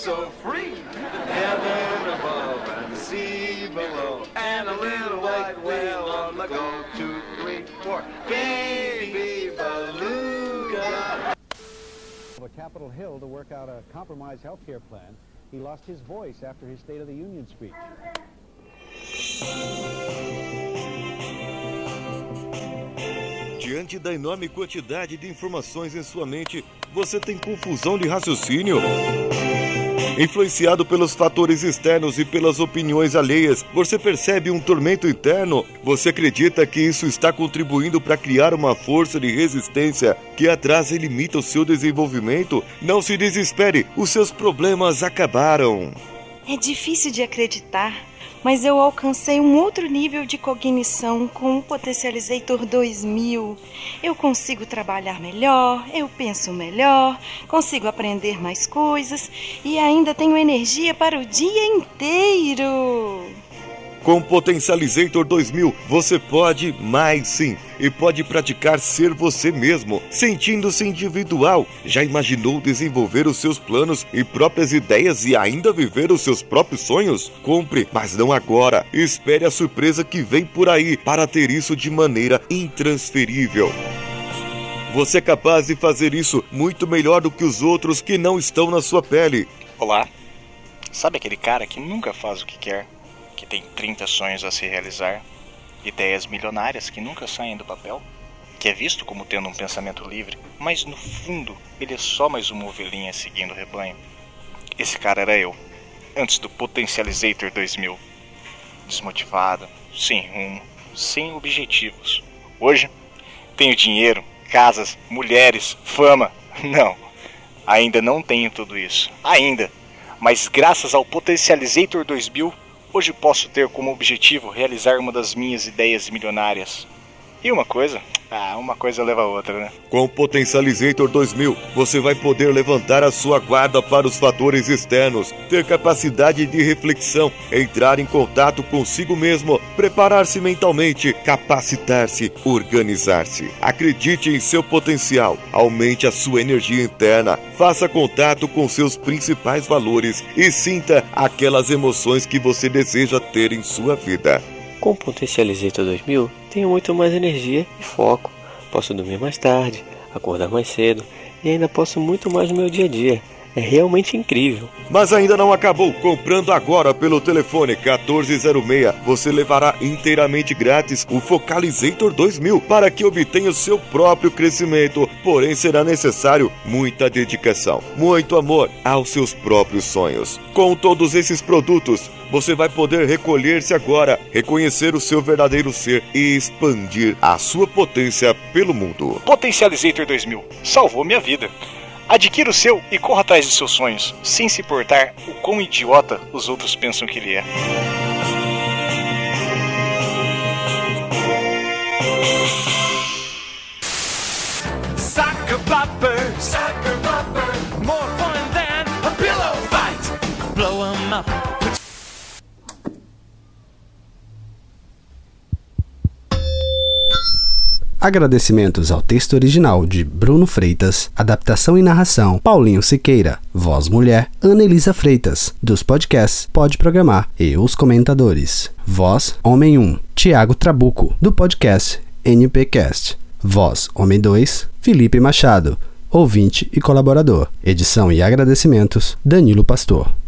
so free. Heaven above and the sea below, and a little white whale on the go. 2, 3, 4, baby beluga. Capitol Hill to work out a compromise health care plan. He lost his voice after his State of the Union speech. Diante da enorme quantidade de informações em sua mente, você tem confusão de raciocínio? Influenciado pelos fatores externos e pelas opiniões alheias, você percebe um tormento interno? Você acredita que isso está contribuindo para criar uma força de resistência que atrasa e limita o seu desenvolvimento? Não se desespere, os seus problemas acabaram. É difícil de acreditar, mas eu alcancei um outro nível de cognição com o Potencializator 2000. Eu consigo trabalhar melhor, eu penso melhor, consigo aprender mais coisas e ainda tenho energia para o dia inteiro. Com o Potencializator 2000, você pode mais sim, e pode praticar ser você mesmo, sentindo-se individual. Já imaginou desenvolver os seus planos e próprias ideias e ainda viver os seus próprios sonhos? Compre, mas não agora. Espere a surpresa que vem por aí para ter isso de maneira intransferível. Você é capaz de fazer isso muito melhor do que os outros que não estão na sua pele. Olá, sabe aquele cara que nunca faz o que quer? Que tem 30 sonhos a se realizar, ideias milionárias que nunca saem do papel, que é visto como tendo um pensamento livre, mas no fundo ele é só mais uma ovelhinha seguindo o rebanho. Esse cara era eu, antes do Potencializator 2000. Desmotivado, sem rumo, sem objetivos. Hoje, tenho dinheiro, casas, mulheres, fama. Não, ainda não tenho tudo isso. Ainda. Mas graças ao Potencializator 2000, hoje posso ter como objetivo realizar uma das minhas ideias milionárias. E uma coisa leva a outra, né? Com o Potencializator 2000, você vai poder levantar a sua guarda para os fatores externos, ter capacidade de reflexão, entrar em contato consigo mesmo, preparar-se mentalmente, capacitar-se, organizar-se. Acredite em seu potencial, aumente a sua energia interna, faça contato com seus principais valores e sinta aquelas emoções que você deseja ter em sua vida. Com o Potencializator 2000, tenho muito mais energia e foco. Posso dormir mais tarde, acordar mais cedo e ainda posso muito mais no meu dia a dia. É realmente incrível. Mas ainda não acabou. Comprando agora pelo telefone 1406, você levará inteiramente grátis o Focalizator 2000 para que obtenha o seu próprio crescimento. Porém, será necessário muita dedicação, muito amor aos seus próprios sonhos. Com todos esses produtos, você vai poder recolher-se agora, reconhecer o seu verdadeiro ser e expandir a sua potência pelo mundo. Potencializator 2000 salvou minha vida. Adquira o seu e corra atrás de seus sonhos, sem se importar o quão idiota os outros pensam que ele é. Soccer bopper, more fun than a pillow fight. Blow 'em up. Agradecimentos ao texto original de Bruno Freitas, adaptação e narração Paulinho Siqueira, voz mulher Ana Elisa Freitas, dos podcasts Pode Programar e Os Comentadores, voz Homem 1, Tiago Trabuco, do podcast NPcast, voz Homem 2, Felipe Machado, ouvinte e colaborador, edição e agradecimentos Danilo Pastor.